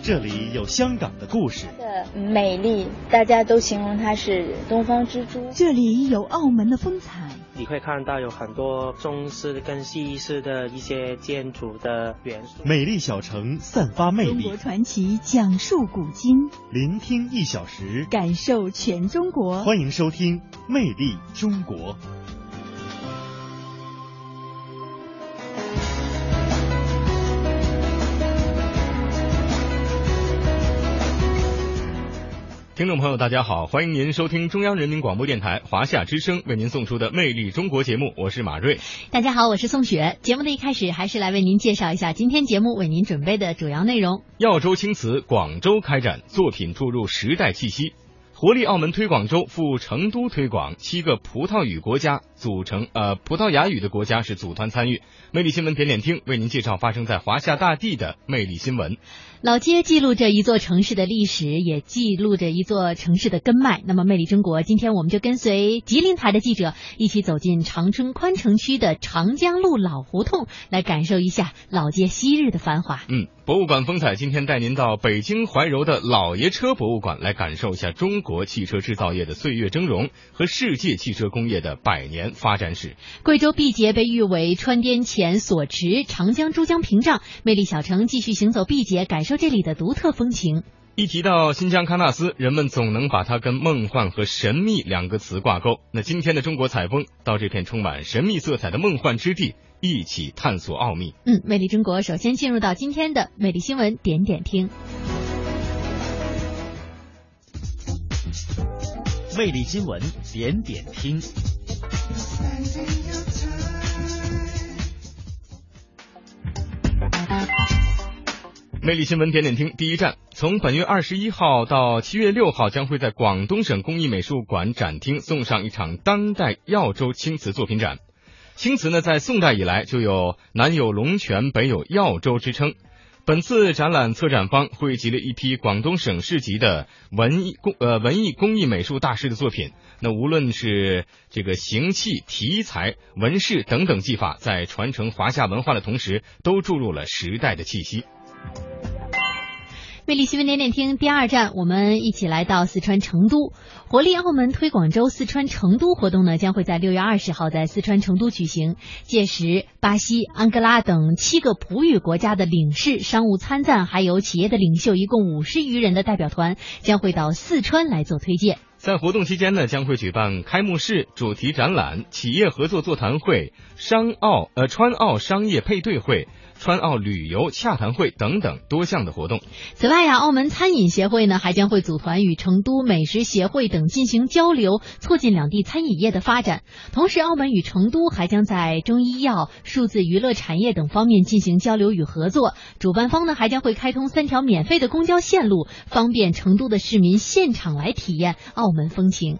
这里有香港的故事， 美丽，大家都形容它是东方之珠。 这里有澳门的风采， 你会看到有很多中式跟西式的一些建筑的元素。 美丽小城散发魅力， 中国传奇讲述古今， 聆听1小时， 感受全中国。 欢迎收听《魅力中国》。 听众朋友大家好，欢迎您收听中央人民广播电台华夏之声为您送出的《魅力中国》节目，我是马瑞。 大家好，我是宋雪。节目的一开始还是来为您介绍一下今天节目为您准备的主要内容。 耀州青瓷广州开展，作品注入时代气息。活力澳门推广周赴成都推广，7个葡萄牙语的国家是组团参与。魅力新闻点点听为您介绍发生在华夏大地的魅力新闻。 老街记录着一座城市的历史，也记录着一座城市的根脉。那么魅力中国，今天我们就跟随吉林台的记者一起走进长春宽城区的长江路老胡同，来感受一下老街昔日的繁华。 博物馆风采今天带您到北京怀柔的老爷车博物馆，来感受一下中国汽车制造业的岁月峥嵘和世界汽车工业的100年发展史。 贵州毕节被誉为川滇黔所持，长江珠江屏障，魅力小城继续行走毕节，感受这里的独特风情。 一提到新疆喀纳斯，人们总能把它跟梦幻和神秘2个词挂钩。那今天的中国采风到这片充满神秘色彩的梦幻之地，一起探索奥秘。 魅力中国首先进入到今天的魅力新闻点点听。 魅力新闻点点听。 魅力新闻点点听第一站，从本月21号到7月6号，将会在广东省工艺美术馆展厅送上一场当代耀州青瓷作品展。青瓷呢，在宋代以来就有南有龙泉，北有耀州之称。本次展览策展方汇集了一批广东省市级的文艺工艺美术大师的作品。那无论是这个形器、题材、纹饰等等技法，在传承华夏文化的同时，都注入了时代的气息。 魅力新闻点点听第二站，我们一起来到四川成都。活力澳门推广周四川成都活动呢，将会在6月20号在四川成都举行。届时，巴西、安哥拉等7个葡语国家的领事、商务参赞，还有企业的领袖，一共50余人的代表团将会到四川来做推介。 在活动期间呢，将会举办开幕式、主题展览、企业合作座谈会、川澳商业配对会、川澳旅游洽谈会等等多项的活动。 此外澳门餐饮协会呢还将会组团与成都美食协会等进行交流，促进两地餐饮业的发展。同时澳门与成都还将在中医药、数字娱乐产业等方面进行交流与合作。主办方呢还将会开通3条免费的公交线路，方便成都的市民现场来体验澳门风情。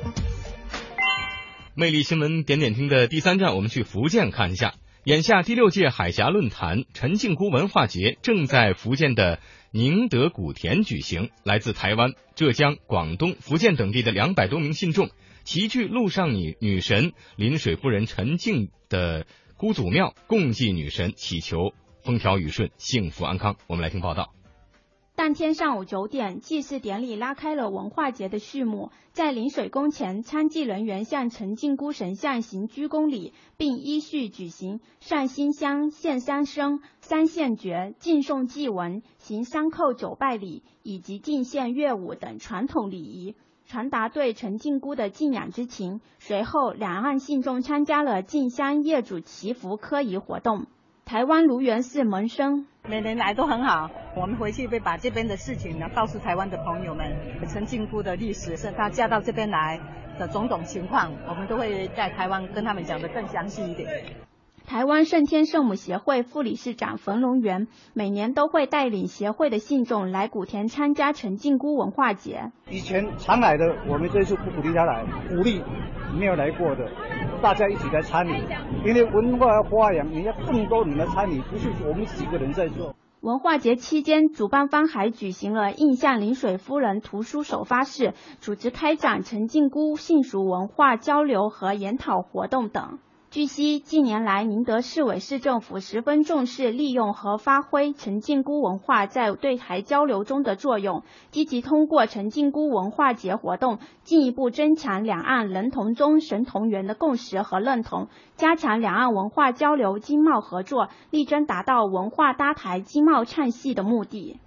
魅力新闻点点听的第3站，我们去福建看一下。眼下第6届海峡论坛陈靖姑文化节正在福建的宁德古田举行，来自台湾、浙江、广东、福建等地的200多名信众齐聚陆上女神临水夫人陈靖的姑祖庙，共祭女神，祈求风调雨顺、幸福安康。我们来听报道。 当天上午9点，祭祀典礼拉开了文化节的序幕。在临水宫前，参祭人员向陈靖姑神像行鞠躬礼，并依序举行上新香、献三牲、三献爵、敬送祭文、行三叩9拜礼以及敬献乐舞等传统礼仪，传达对陈靖姑的敬仰之情。随后，两岸信众参加了进香业主祈福科仪活动。台湾芦园市门生， 每年来都很好，我们回去会把这边的事情呢告诉台湾的朋友们。陈靖姑的历史是她嫁到这边来的种种情况，我们都会在台湾跟他们讲得更详细一点。 台湾圣天圣母协会副理事长冯龙元每年都会带领协会的信众来古田参加陈靖姑文化节。 以前常来的，我们这次不鼓励他来，鼓励没有来过的，大家一起来参与，因为文化发扬，你要更多人来参与，不是我们几个人在做。 文化节期间，主办方还举行了印象临水夫人图书首发式，组织开展陈靖姑信俗文化交流和研讨活动等。 据悉，近年来宁德市委市政府十分重视利用和发挥陈靖姑文化在对台交流中的作用，积极通过陈靖姑文化节活动，进一步增强两岸人同宗神同源的共识和认同，加强两岸文化交流、经贸合作，力争达到文化搭台、经贸唱戏的目的。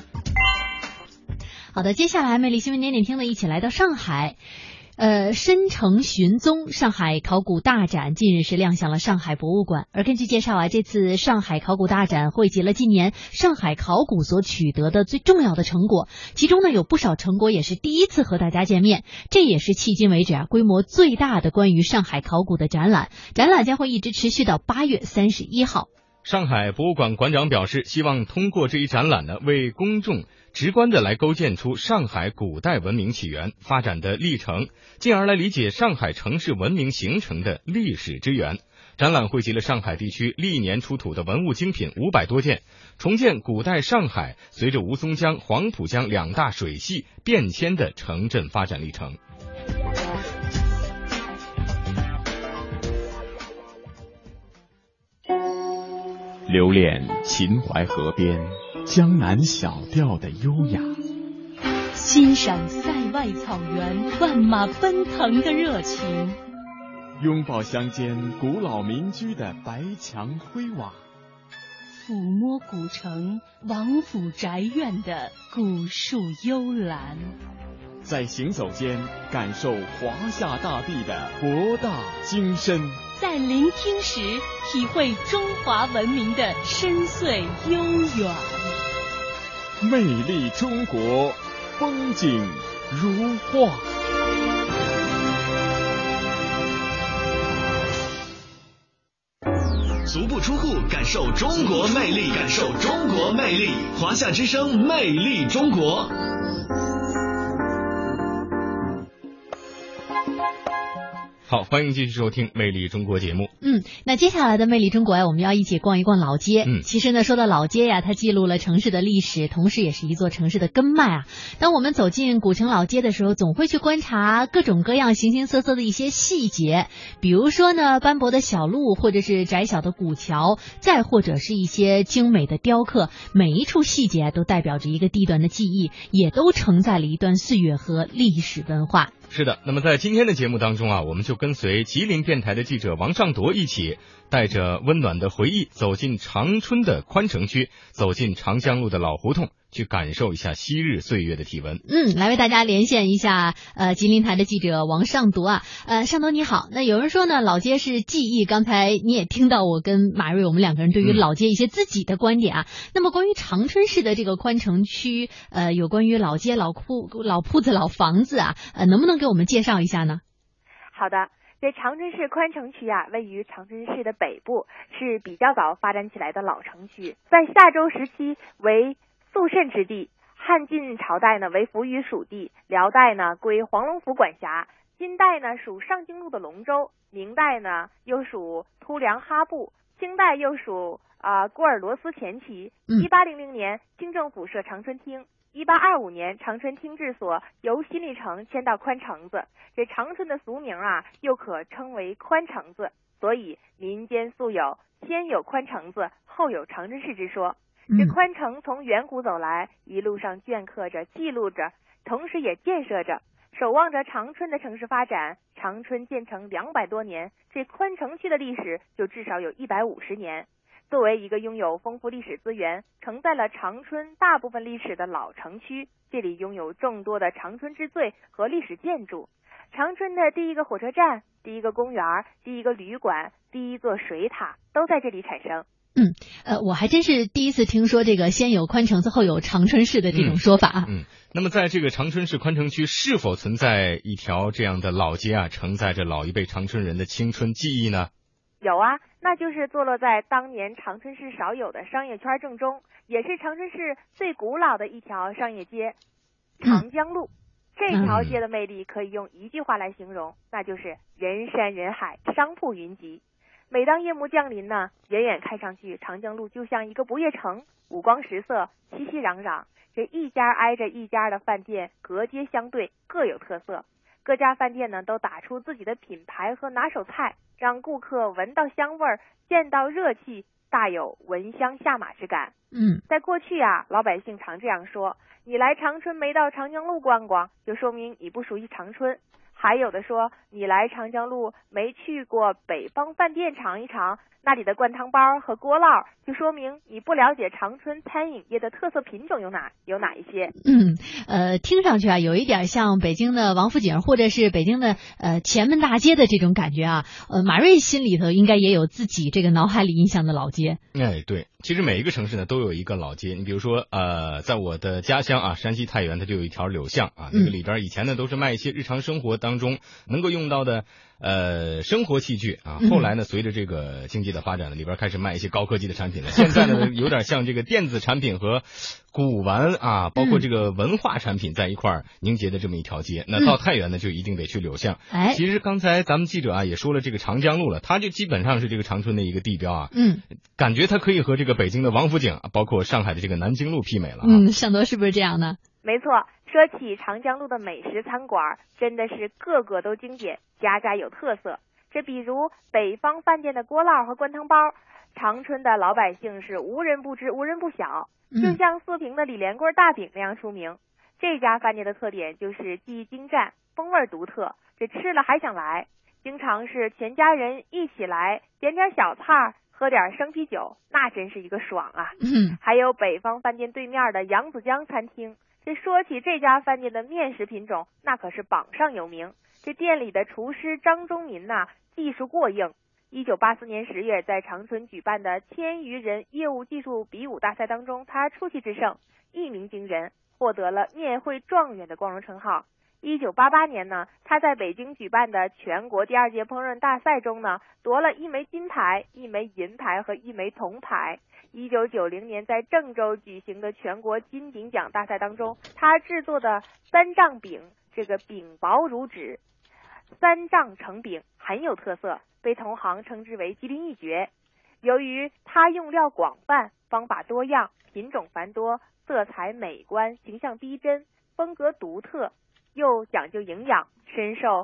好的，接下来魅力新闻点点听的一起来到上海。申城寻踪上海考古大展近日是亮相了上海博物馆，而根据介绍啊，这次上海考古大展汇集了今年上海考古所取得的最重要的成果，其中呢有不少成果也是第一次和大家见面，这也是迄今为止规模最大的关于上海考古的展览，展览将会一直持续到8月31号。 上海博物馆馆长表示，希望通过这一展览呢，为公众直观的来构建出上海古代文明起源发展的历程，进而来理解上海城市文明形成的历史之源。展览汇集了上海地区历年出土的文物精品500多件，重建古代上海随着吴淞江、黄浦江两大水系变迁的城镇发展历程。 留恋秦淮河边江南小调的优雅， 欣赏塞外草原万马奔腾的热情， 拥抱乡间古老民居的白墙灰瓦， 抚摸古城王府宅院的古树幽兰， 在行走间感受华夏大地的博大精深， 在聆听时体会中华文明的深邃悠远。 魅力中国，风景如画。 足不出户，感受中国魅力，感受中国魅力。华夏之声，魅力中国。 好，欢迎继续收听《魅力中国》节目。 那接下来的《魅力中国》呀，我们要一起逛一逛老街。其实呢，说到老街呀，它记录了城市的历史，同时也是一座城市的根脉啊。当我们走进古城老街的时候，总会去观察各种各样、形形色色的一些细节，比如说呢，斑驳的小路，或者是窄小的古桥，再或者是一些精美的雕刻，每一处细节都代表着一个地段的记忆，也都承载了一段岁月和历史文化。 是的，那么在今天的节目当中啊，我们就跟随吉林电台的记者王尚铎一起，带着温暖的回忆，走进长春的宽城区，走进长江路的老胡同，去感受一下昔日岁月的体温。 来为大家连线一下吉林台的记者王尚铎啊。尚铎你好。那有人说呢，老街是记忆，刚才你也听到我跟马瑞我们两个人对于老街一些自己的观点啊。那么关于长春市的这个宽城区，有关于老街、老铺子、老房子啊，能不能给我们介绍一下呢？ 好的。这长春市宽城区啊，位于长春市的北部，是比较早发展起来的老城区，在夏周时期为肃慎之地，汉晋朝代呢为扶余属地，辽代呢归黄龙府管辖，金代呢属上京路的龙州，明代呢又属突良哈部，清代又属郭尔罗斯前旗。1800年，清政府设长春厅。1825年，长春厅治所由新立城迁到宽城子，这长春的俗名啊，又可称为宽城子，所以民间素有先有宽城子，后有长春市之说。这宽城从远古走来，一路上镌刻着、记录着，同时也建设着，守望着长春的城市发展。长春建成200多年，这宽城区的历史就至少有150年。作为一个拥有丰富历史资源、承载了长春大部分历史的老城区，这里拥有众多的长春之最和历史建筑。长春的第一个火车站、第一个公园、第一个旅馆、第一座水塔都在这里产生。 我还真是第一次听说这个先有宽城子后有长春市的这种说法。 那么在这个长春市宽城区是否存在一条这样的老街啊，承载着老一辈长春人的青春记忆呢？ 有啊，那就是坐落在当年长春市少有的商业圈正中，也是长春市最古老的一条商业街——长江路。这条街的魅力可以用一句话来形容，那就是人山人海，商铺云集。每当夜幕降临呢，远远看上去，长江路就像一个不夜城，五光十色，熙熙攘攘。这一家挨着一家的饭店隔街相对，各有特色。 各家饭店呢都打出自己的品牌和拿手菜，让顾客闻到香味儿，见到热气，大有闻香下马之感。在过去啊，老百姓常这样说：你来长春没到长江路逛逛，就说明你不熟悉长春。还有的说，你来长江路没去过北方饭店尝一尝那里的灌汤包和锅烙，就说明你不了解长春餐饮业的特色品种有哪一些。 听上去啊，有一点像北京的王府井或者是北京的前门大街的这种感觉啊。马瑞心里头应该也有自己这个脑海里印象的老街。 哎，对，其实每一个城市呢都有一个老街。你比如说在我的家乡啊，山西太原，它就有一条柳巷啊，那个里边以前呢都是卖一些日常生活当中能够用到的生活器具啊。后来呢，随着这个经济的发展呢，里边开始卖一些高科技的产品了。现在呢，有点像这个电子产品和古玩啊，包括这个文化产品在一块儿凝结的这么一条街。那到太原呢，就一定得去柳巷。其实刚才咱们记者啊也说了这个长江路了，它就基本上是这个长春的一个地标啊。感觉它可以和这个北京的王府井，包括上海的这个南京路媲美了。 尚多是不是这样呢？ 没错，说起长江路的美食餐馆，真的是个个都经典，家家有特色。这比如北方饭店的锅烙和灌汤包，长春的老百姓是无人不知无人不晓，就像四平的李连贵大饼那样出名。这家饭店的特点就是技艺精湛，风味独特，这吃了还想来。经常是全家人一起来，点点小菜，喝点生啤酒，那真是一个爽啊。还有北方饭店对面的扬子江餐厅，这说起这家饭店的面食品种，那可是榜上有名。这店里的厨师张忠民呐，技术过硬。1984年10月，在长春举办的1000余人业务技术比武大赛当中，他出奇制胜，一鸣惊人，获得了面会状元的光荣称号。1988年呢，他在北京举办的全国第2届烹饪大赛中呢，夺了1枚金牌、1枚银牌和1枚铜牌。1990年在郑州举行的全国金鼎奖大赛当中，他制作的3丈饼，这个饼薄如纸，3丈成饼很有特色，被同行称之为吉林一绝。由于他用料广泛，方法多样，品种繁多，色彩美观，形象逼真，风格独特，又讲究营养，深受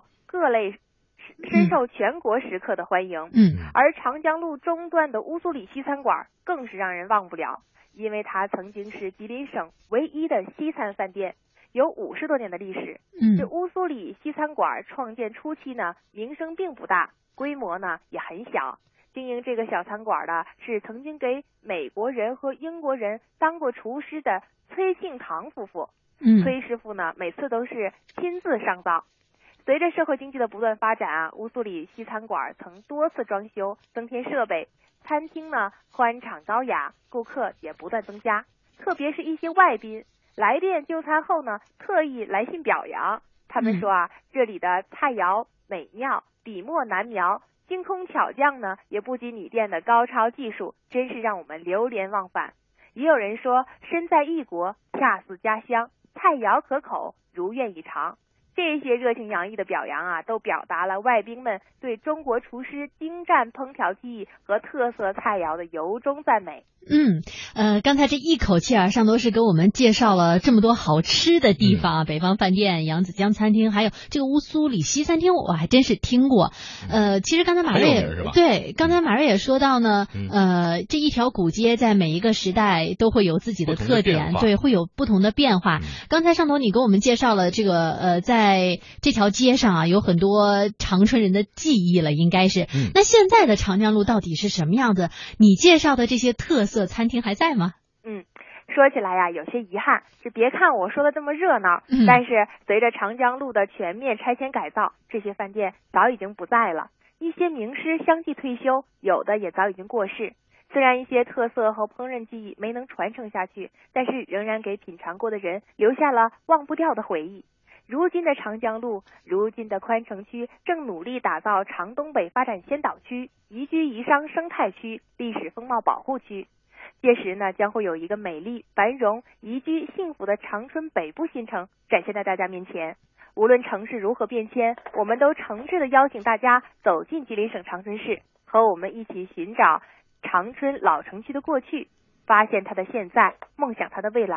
全国食客的欢迎。而长江路中段的乌苏里西餐馆更是让人忘不了，因为它曾经是吉林省唯一的西餐饭店，有50多年的历史。这乌苏里西餐馆创建初期呢，名声并不大，规模呢也很小。经营这个小餐馆的是曾经给美国人和英国人当过厨师的崔庆堂夫妇。崔师傅呢，每次都是亲自上灶。随着社会经济的不断发展啊，乌苏里西餐馆曾多次装修，增添设备，餐厅呢宽敞高雅，顾客也不断增加。特别是一些外宾来店就餐后呢，特意来信表扬。他们说啊，这里的菜肴美妙，笔墨难描，精工巧匠呢也不及你店的高超技术，真是让我们流连忘返。也有人说，身在异国恰似家乡，菜肴可口，如愿以偿。这些热情洋溢的表扬啊，都表达了外宾们对中国厨师精湛烹调技艺和特色菜肴的由衷赞美。 刚才这一口气啊，上多是给我们介绍了这么多好吃的地方啊，北方饭店、扬子江餐厅，还有这个乌苏里西餐厅，我还真是听过。其实刚才马瑞也说到呢，这一条古街在每一个时代都会有自己的特点，对，会有不同的变化。刚才上头你给我们介绍了这个在这条街上啊，有很多长春人的记忆了，应该是。那现在的长江路到底是什么样子？你介绍的这些特色餐厅还在吗？ 说起来呀，有些遗憾，是别看我说的这么热闹，但是随着长江路的全面拆迁改造，这些饭店早已经不在了。一些名师相继退休，有的也早已经过世。虽然一些特色和烹饪技艺没能传承下去，但是仍然给品尝过的人留下了忘不掉的回忆。如今的长江路，如今的宽城区正努力打造长东北发展先导区、宜居宜商生态区、历史风貌保护区。届时呢，将会有一个美丽、繁荣、宜居、幸福的长春北部新城展现在大家面前。无论城市如何变迁，我们都诚挚地邀请大家走进吉林省长春市，和我们一起寻找长春老城区的过去，发现它的现在，梦想它的未来。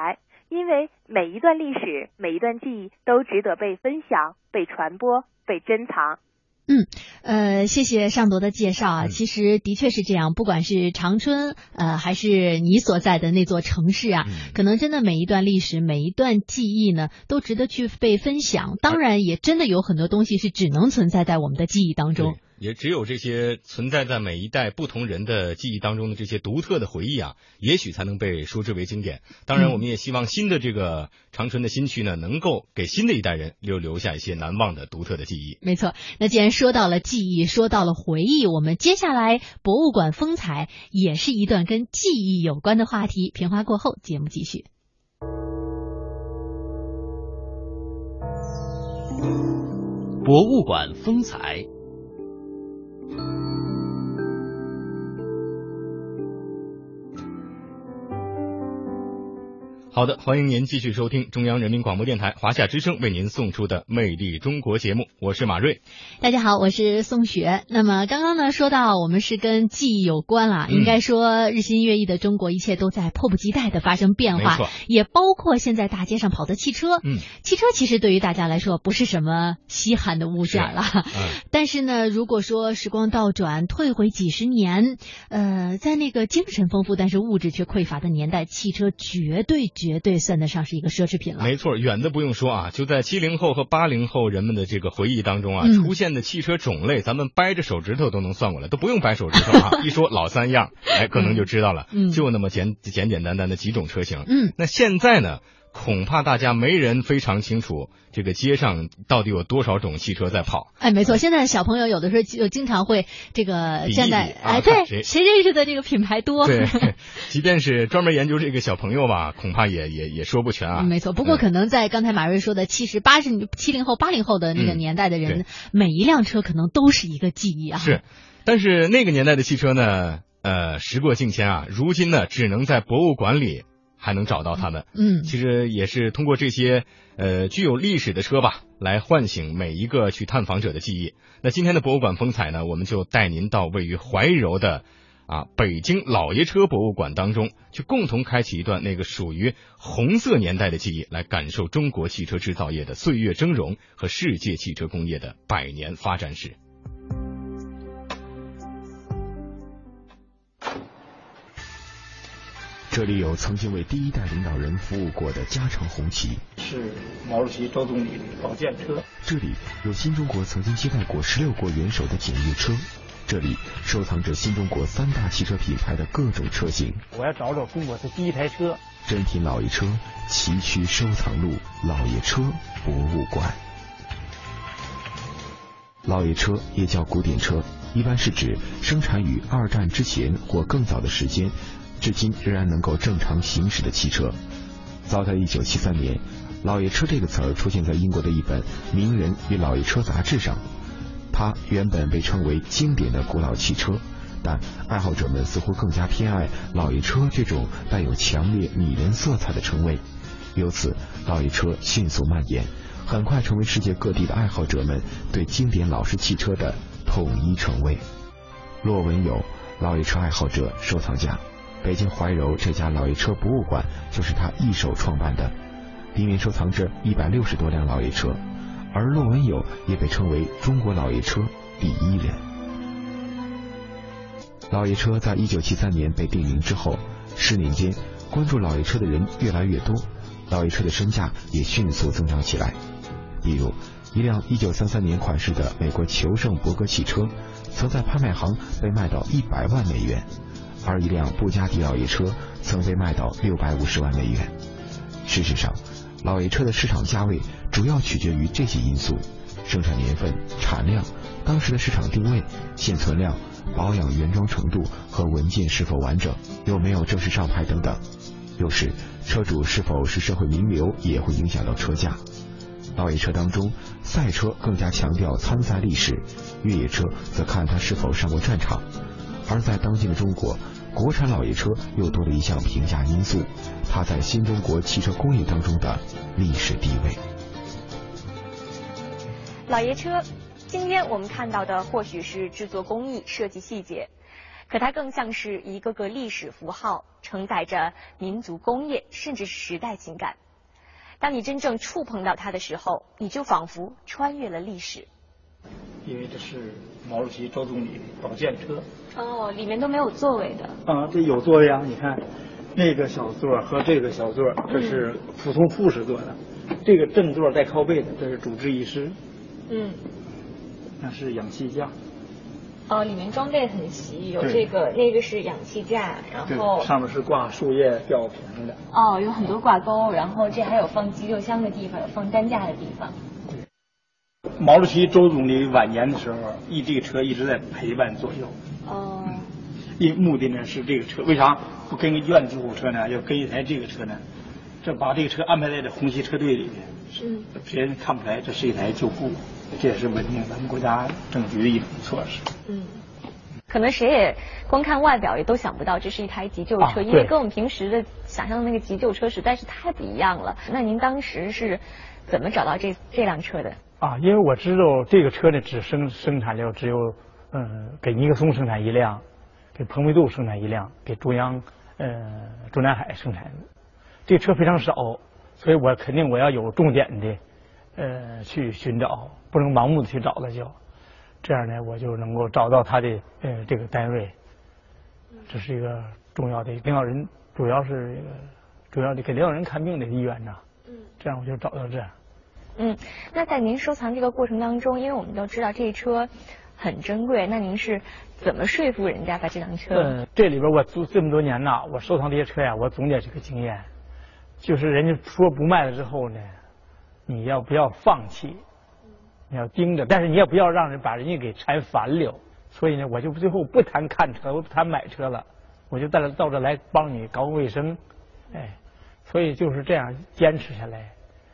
因为每一段历史、每一段记忆都值得被分享、被传播、被珍藏。 谢谢尚铎的介绍啊。其实的确是这样，不管是长春还是你所在的那座城市啊，可能真的每一段历史、每一段记忆呢，都值得去被分享。当然，也真的有很多东西是只能存在在我们的记忆当中。 也只有这些存在在每一代不同人的记忆当中的这些独特的回忆啊，也许才能被说之为经典。当然，我们也希望新的这个长春的新区呢，能够给新的一代人留下一些难忘的独特的记忆。 没错，那既然说到了记忆，说到了回忆，我们接下来博物馆风采也是一段跟记忆有关的话题。片花过后，节目继续。 博物馆风采。 好的，欢迎您继续收听中央人民广播电台华夏之声为您送出的《魅力中国》节目，我是马瑞。 大家好，我是宋雪。那么刚刚呢说到我们是跟记忆有关了，应该说日新月异的中国，一切都在迫不及待的发生变化，也包括现在大街上跑的汽车。汽车其实对于大家来说不是什么稀罕的物件了，但是呢，如果说时光倒转，退回几十年，在那个精神丰富但是物质却匮乏的年代，汽车绝对算得上是一个奢侈品了。 没错，远的不用说啊，就在70后和80后人们的这个回忆当中啊，出现的汽车种类，咱们掰着手指头都能算过来，都不用掰手指头啊，一说老三样，可能就知道了，就那么简单的几种车型。那现在呢，恐怕大家没人非常清楚这个街上到底有多少种汽车在跑。 没错，现在小朋友有的时候就经常会这个站在对谁认识的这个品牌多。 对，即便是专门研究这个小朋友吧，恐怕也说不全啊。 没错，不过可能在刚才马瑞说的70后、80后的那个年代的人，每一辆车可能都是一个记忆啊。 是，但是那个年代的汽车呢，时过境迁啊，如今呢只能在博物馆里还能找到他们。其实也是通过这些具有历史的车吧，来唤醒每一个去探访者的记忆。那今天的博物馆风采呢，我们就带您到位于怀柔的北京老爷车博物馆当中，去共同开启一段那个属于红色年代的记忆，来感受中国汽车制造业的岁月峥嵘和世界汽车工业的100年发展史。 这里有曾经为第一代领导人服务过的加长红旗， 是毛主席、周总理保荐车。 这里有新中国曾经接待过16国元首的检阅车，这里收藏着新中国3大汽车品牌的各种车型。 我要找中国的第一台车。 珍品老爷车崎岖收藏路老爷车博物馆。老爷车也叫古典车，一般是指生产于2战之前或更早的时间，至今仍然能够正常行驶的汽车。早在1973年，老爷车这个词儿出现在英国的一本《名人与老爷车》杂志上。它原本被称为经典的古老汽车，但爱好者们似乎更加偏爱老爷车这种带有强烈拟人色彩的称谓。由此，老爷车迅速蔓延，很快成为世界各地的爱好者们对经典老式汽车的统一称谓。骆文友，老爷车爱好者、收藏家，北京怀柔这家老爷车博物馆就是他一手创办的，里面收藏着160多辆老爷车，而骆文友也被称为中国老爷车第一人。老爷车在1973年被定名之后，10年间关注老爷车的人越来越多，老爷车的身价也迅速增长起来。比如一辆1933年款式的美国求胜伯格汽车曾在拍卖行被卖到100万美元，而一辆布加迪老爷车曾被卖到650万美元。事实上，老爷车的市场价位主要取决于这些因素：生产年份、产量、当时的市场定位、现存量、保养原装程度和文件是否完整、有没有正式上牌等等。有时车主是否是社会名流也会影响到车价。老爷车当中，赛车更加强调参赛历史，越野车则看他是否上过战场。而在当今的中国，国产老爷车又多了一项评价因素，它在新中国汽车工业当中的历史地位。 老爷车，今天我们看到的或许是制作工艺、设计细节，可它更像是一个个历史符号，承载着民族工业甚至是时代情感。 当你真正触碰到它的时候，你就仿佛穿越了历史。 因为这是毛主席、周总理的保健车。 哦，里面都没有座位的。 啊，这有座位啊！你看，那个小座和这个小座，这是普通护士坐的。这个正座带靠背的，这是主治医师。那是氧气架。 哦，里面装备很齐，有这个那个是氧气架，然后上面是挂树叶吊瓶的。 哦，有很多挂钩，然后这还有放急救箱的地方，有放担架的地方。 毛主席、周总理晚年的时候，这个车一直在陪伴左右。 哦。 目的呢是这个车，为啥不跟个医院救护车呢？要跟一台这个车呢？这把这个车安排在这红旗车队里面，别人看不出来这是一台救护，这也是文明咱们国家政局的一种措施。 可能谁也光看外表也都想不到这是一台急救车，因为跟我们平时的想象的那个急救车实在是太不一样了。那您当时是怎么找到这辆车的？ 因为我知道这个车呢只生产了只有给尼克松生产一辆，给蓬佩杜生产一辆，给中南海生产的。这个车非常少，所以我肯定我要有重点的去寻找，不能盲目的去找了就。这样呢，我就能够找到他的这个单位，这是一个重要的领导人，主要的给领导人看病的医院呐。这样我就找到这样。 那在您收藏这个过程当中，因为我们都知道这车很珍贵，那您是怎么说服人家把这辆车？ 这里边我这么多年呐，我收藏这些车呀，我总结这个经验，就是人家说不卖了之后呢，你要不要放弃？你要盯着，但是你也不要让人把人家给缠烦了。所以呢，我就最后不谈看车，我不谈买车了，我就到这来帮你搞卫生，所以就是这样坚持下来，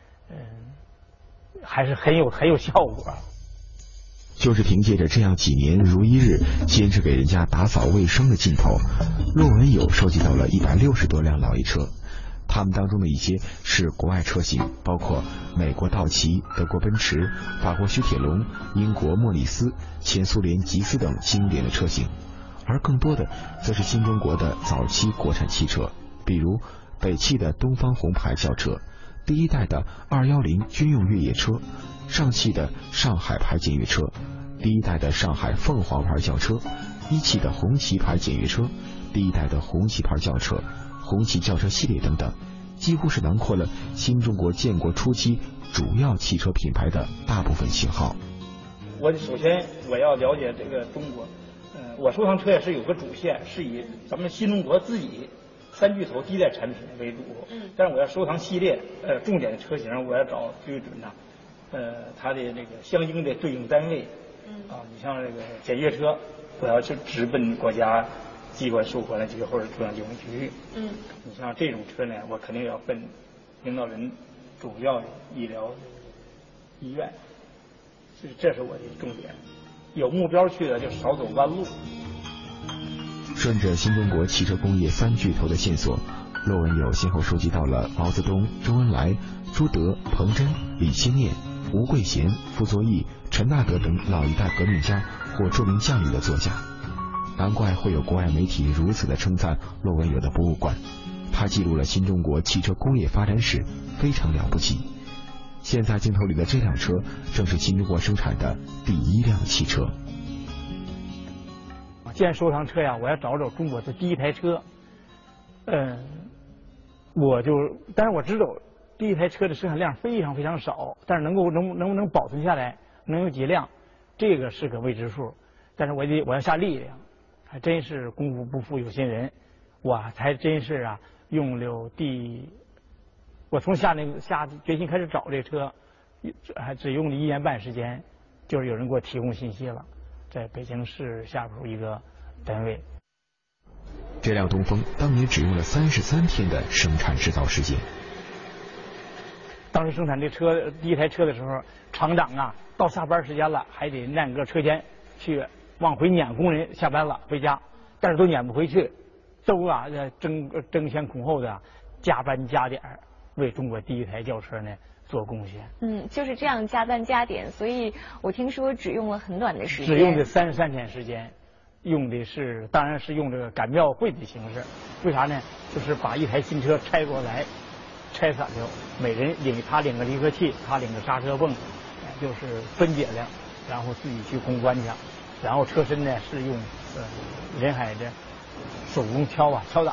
还是很有效果。 就是凭借着这样几年如一日坚持给人家打扫卫生的劲头，骆文友收集到了160多辆老爷车。他们当中的一些是国外车型，包括美国道奇、德国奔驰、法国雪铁龙、英国莫里斯、前苏联吉斯等经典的车型，而更多的则是新中国的早期国产汽车，比如北汽的东方红牌轿车，第一代的210军用越野车，上汽的上海牌检阅车，第一代的上海凤凰牌轿车，一汽的红旗牌检阅车，第一代的红旗牌轿车，红旗轿车系列等等，几乎是囊括了新中国建国初期主要汽车品牌的大部分型号。 首先我要了解这个中国，我收藏车也是有个主线，是以咱们新中国自己3巨头第一代产品为主，但是我要收藏系列，重点的车型我要找对准呐，它的这个相应的对应单位，你像这个检阅车，我要去直奔国家机关收管局或者中央邮政局。你像这种车呢，我肯定要奔领导人主要的医疗医院，这是我的重点。有目标去的就少走弯路。 顺着新中国汽车工业3巨头的线索，骆文友先后收集到了毛泽东、周恩来、朱德、彭真、李先念、吴桂贤、傅作义、陈纳德等老一代革命家或著名将领的座驾。难怪会有国外媒体如此的称赞骆文友的博物馆，他记录了新中国汽车工业发展史，非常了不起。现在镜头里的这辆车正是新中国生产的第一辆汽车。 既然收藏车呀，我要找中国的第一台车。但是我知道第一台车的生产量非常非常少，但是能不能保存下来，能有几辆，这个是个未知数。但是我要下力量，还真是功夫不负有心人，我还真是用了我从下决心开始找这车，还只用了1年半时间，就是有人给我提供信息了，在北京市下边一个单位。 这辆东风当年只用了33天的生产制造时间。 当时生产这车第一台车的时候，厂长到下班时间了，还得撵个车间去往回撵工人下班了回家，但是都撵不回去，都争先恐后的加班加点，为中国第一台轿车呢做贡献。 就是这样加班加点，所以我听说只用了很短的时间， 只用的33天时间，当然是用这个赶庙会的形式。为啥呢？就是把一台新车拆过来， 拆散了，每人他领个离合器，他领个刹车泵，就是分解了，然后自己去攻关去，然后车身呢是用人海的手工敲打出来。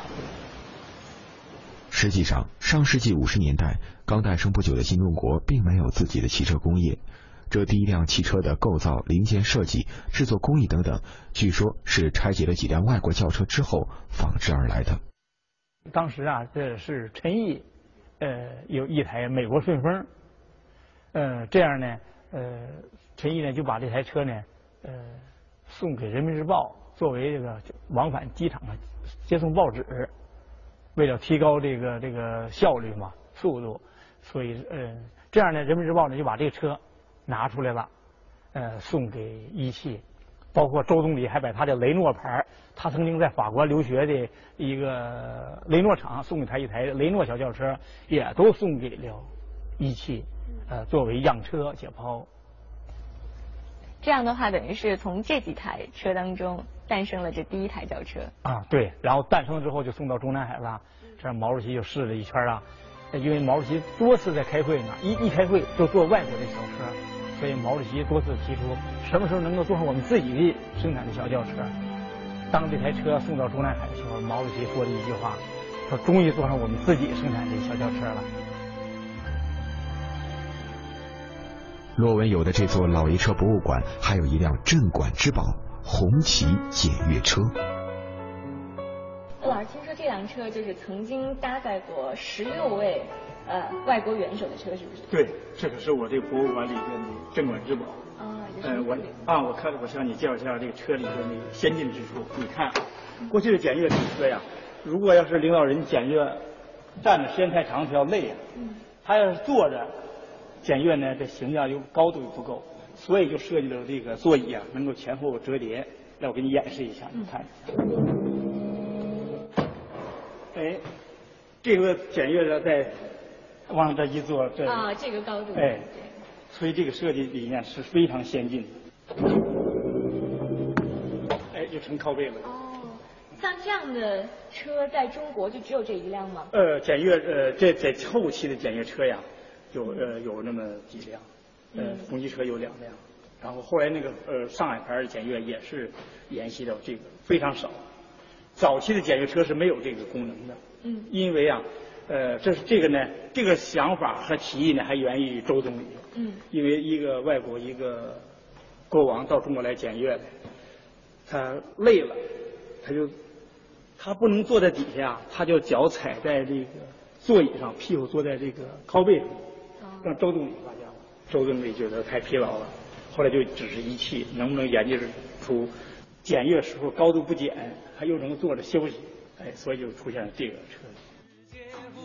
实际上，上世纪50年代刚诞生不久的新中国并没有自己的汽车工业，这第一辆汽车的构造、零件设计、制作工艺等等，据说是拆解了几辆外国轿车之后仿制而来的。 当时啊，这是陈毅，有一台美国顺风，这样呢，陈毅呢就把这台车呢，送给人民日报，作为这个往返机场的接送报纸。为了提高这个效率嘛，速度，所以这样呢，人民日报呢就把这个车拿出来了，送给一汽，包括周总理还把他的雷诺牌，他曾经在法国留学的一个雷诺厂送给他一台雷诺小轿车，也都送给了一汽，作为样车解剖。 这样的话，等于是从这几台车当中诞生了这第一台轿车啊，对，然后诞生了之后就送到中南海了，这样毛主席就试了一圈啊，因为毛主席多次在开会呢，一开会就坐外国的小车，所以毛主席多次提出什么时候能够做上我们自己的生产的小轿车。当这台车送到中南海的时候，毛主席说了一句话，说终于做上我们自己生产的小轿车了。 骆文友的这座老爷车博物馆还有一辆镇馆之宝红旗检阅车。 老师，听说这辆车就是曾经搭载过16位外国元首的车，是不是？ 对，这个是我这个博物馆里边的镇馆之宝。我向你介绍一下这个车里边的先进之处。你看，过去的检阅这个车呀，如果要是领导人检阅站着时间太长，他要累啊。他要是坐着检阅呢，这形象又高度又不够，所以就设计了这个座椅啊，能够前后折叠。来，我给你演示一下，你看。这个检阅的在往这一坐， 这个高度。 所以这个设计理念是非常先进的。就成靠背了。 像这样的车在中国就只有这一辆吗？ 检阅这在后期的检阅车呀。有那么几辆，红旗车有2辆，然后后来那个上海牌的检阅也是沿袭到这个非常少。早期的检阅车是没有这个功能的，因为啊，这个想法和提议呢还源于周总理，因为一个外国一个国王到中国来检阅来，他累了，他不能坐在底下，他就脚踩在这个座椅上，屁股坐在这个靠背上。让周总理发现了，周总理觉得太疲劳了，后来就指示一汽能不能研究出检阅时候高度不减，还又能坐着休息，所以就出现了这个车。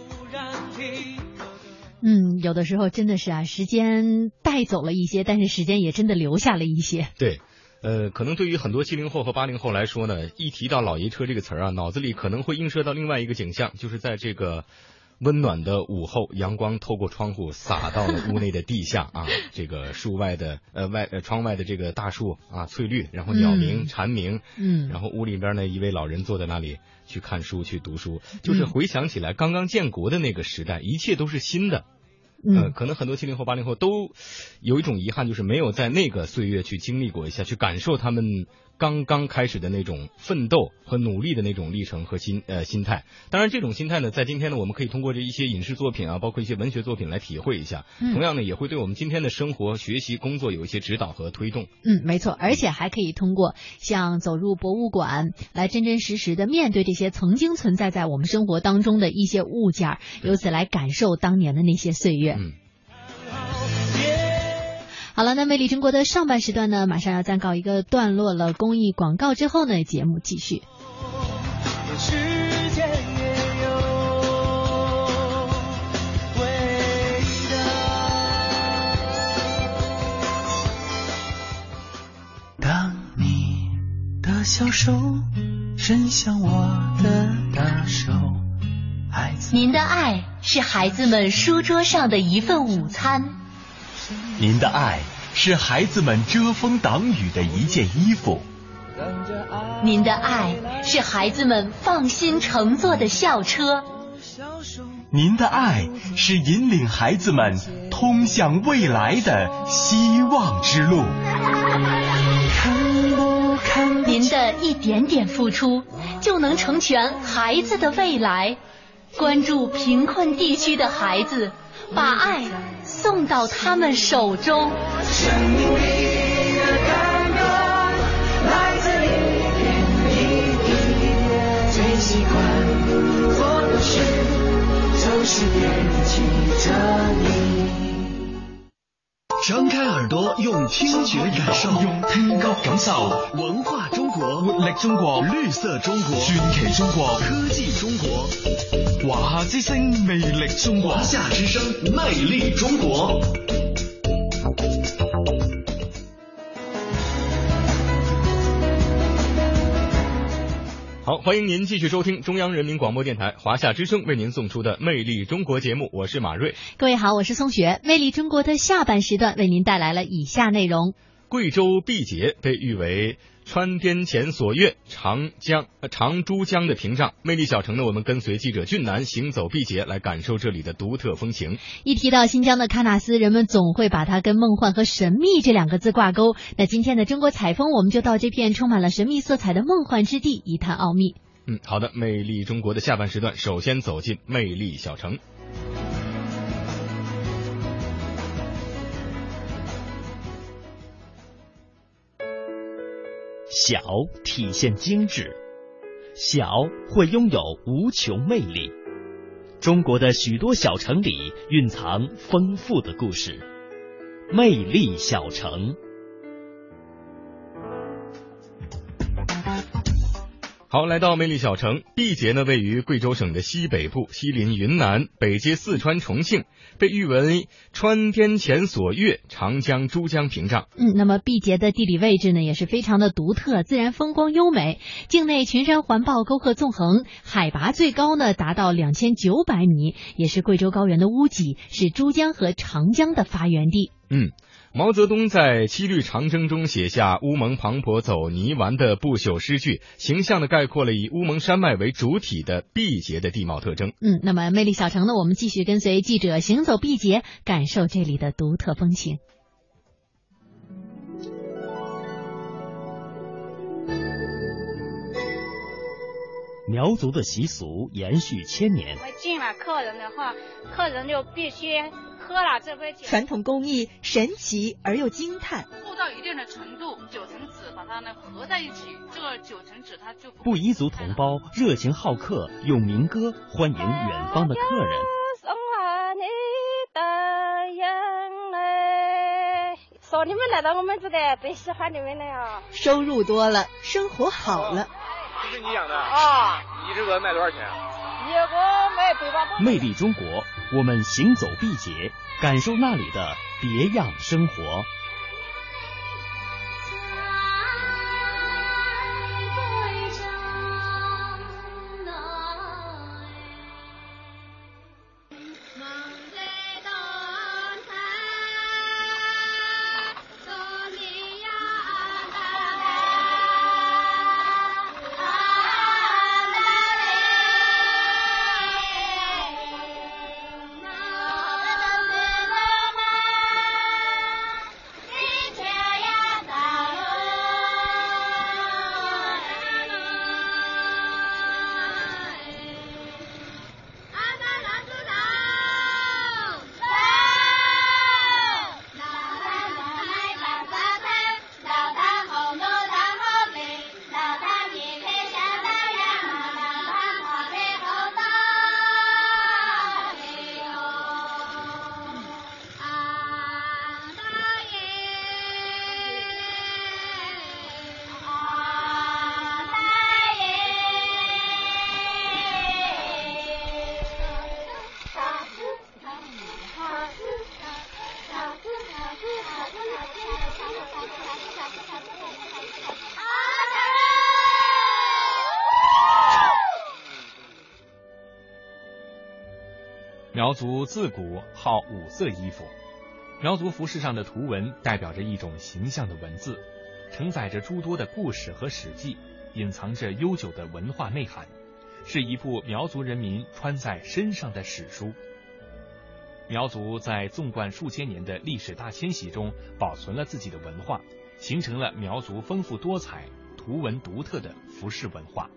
有的时候真的是啊，时间带走了一些，但是时间也真的留下了一些。 对。可能对于很多70后和80后来说呢，一提到老爷车这个词儿啊，脑子里可能会映射到另外一个景象，就是在这个温暖的午后，阳光透过窗户洒到了屋内的地下啊，这个树外的窗外的这个大树啊翠绿，然后鸟鸣蝉鸣，然后屋里边呢一位老人坐在那里去看书去读书，就是回想起来刚刚建国的那个时代，一切都是新的。可能很多70后80后都有一种遗憾，就是没有在那个岁月去经历过一下，去感受他们刚刚开始的那种奋斗和努力的那种历程和心态。当然这种心态呢，在今天呢，我们可以通过这一些影视作品啊，包括一些文学作品来体会一下。同样呢，也会对我们今天的生活、学习、工作有一些指导和推动。 没错，而且还可以通过像走入博物馆来真真实实的面对这些曾经存在在我们生活当中的一些物件，由此来感受当年的那些岁月。好了，那魅力中国的上半时段呢，马上要暂告一个段落了。公益广告之后呢，节目继续。 当你的小手伸向我的大手， 您的爱是孩子们书桌上的一份午餐， 您的爱是孩子们遮风挡雨的一件衣服， 您的爱是孩子们放心乘坐的校车， 您的爱是引领孩子们通向未来的希望之路。 您的一点点付出，就能成全孩子的未来。关注贫困地区的孩子，把爱送到他们手中。 生命里的感动来自一点一滴，最习惯做的事就是惦记着你。 张开耳朵，用听觉感受， 用聽覺感受文化中國， 活力中國， 綠色中國， 傳奇中國， 科技中國， 華夏之聲，魅力中國， 華夏之聲，魅力中國。 好，欢迎您继续收听中央人民广播电台华夏之声为您送出的《魅力中国》节目，我是马瑞。 各位好，我是松雪。《魅力中国》的下半时段为您带来了以下内容： 贵州毕节被誉为川滇黔所越长珠江的屏障。魅力小城呢，我们跟随记者俊南行走毕节，来感受这里的独特风情。 一提到新疆的喀纳斯，人们总会把它跟梦幻和神秘这两个字挂钩。那今天的中国采风，我们就到这片充满了神秘色彩的梦幻之地一探奥秘。 好的，魅力中国的下半时段，首先走进魅力小城。 小体现精致，小会拥有无穷魅力。中国的许多小城里蕴藏丰富的故事。魅力小城。 好，来到魅力小城，毕节呢位于贵州省的西北部，西临云南，北接四川重庆，被誉为川滇黔所越长江珠江屏障。 那么毕节的地理位置呢也是非常的独特，自然风光优美，境内群山环抱，沟壑纵横，海拔最高呢达到2900米，也是贵州高原的屋脊，是珠江和长江的发源地。 毛泽东在《七律长征》中写下乌蒙磅礴走泥丸的不朽诗句，形象地概括了以乌蒙山脉为主体的毕节的地貌特征。 那么魅力小城呢，我们继续跟随记者行走毕节，感受这里的独特风情。 苗族的习俗延续千年。 进了客人的话，客人就必须喝了这杯酒。 传统工艺神奇而又惊叹， 厚到一定的程度，9层纸把它合在一起，这个9层纸它就布依族同胞热情好客，用民歌欢迎远方的客人。 说你们来到我们这个最喜欢你们了呀！ 收入多了，生活好了。 这是你养的啊？一只鹅卖多少钱啊？ 一个卖100多。 魅力中国，我们行走毕节，感受那里的别样生活。 苗族自古好五色衣服，苗族服饰上的图文代表着一种形象的文字，承载着诸多的故事和史记，隐藏着悠久的文化内涵， 是一部苗族人民穿在身上的史书。苗族在纵贯数千年的历史大迁徙中保存了自己的文化，形成了苗族丰富多彩、图文独特的服饰文化。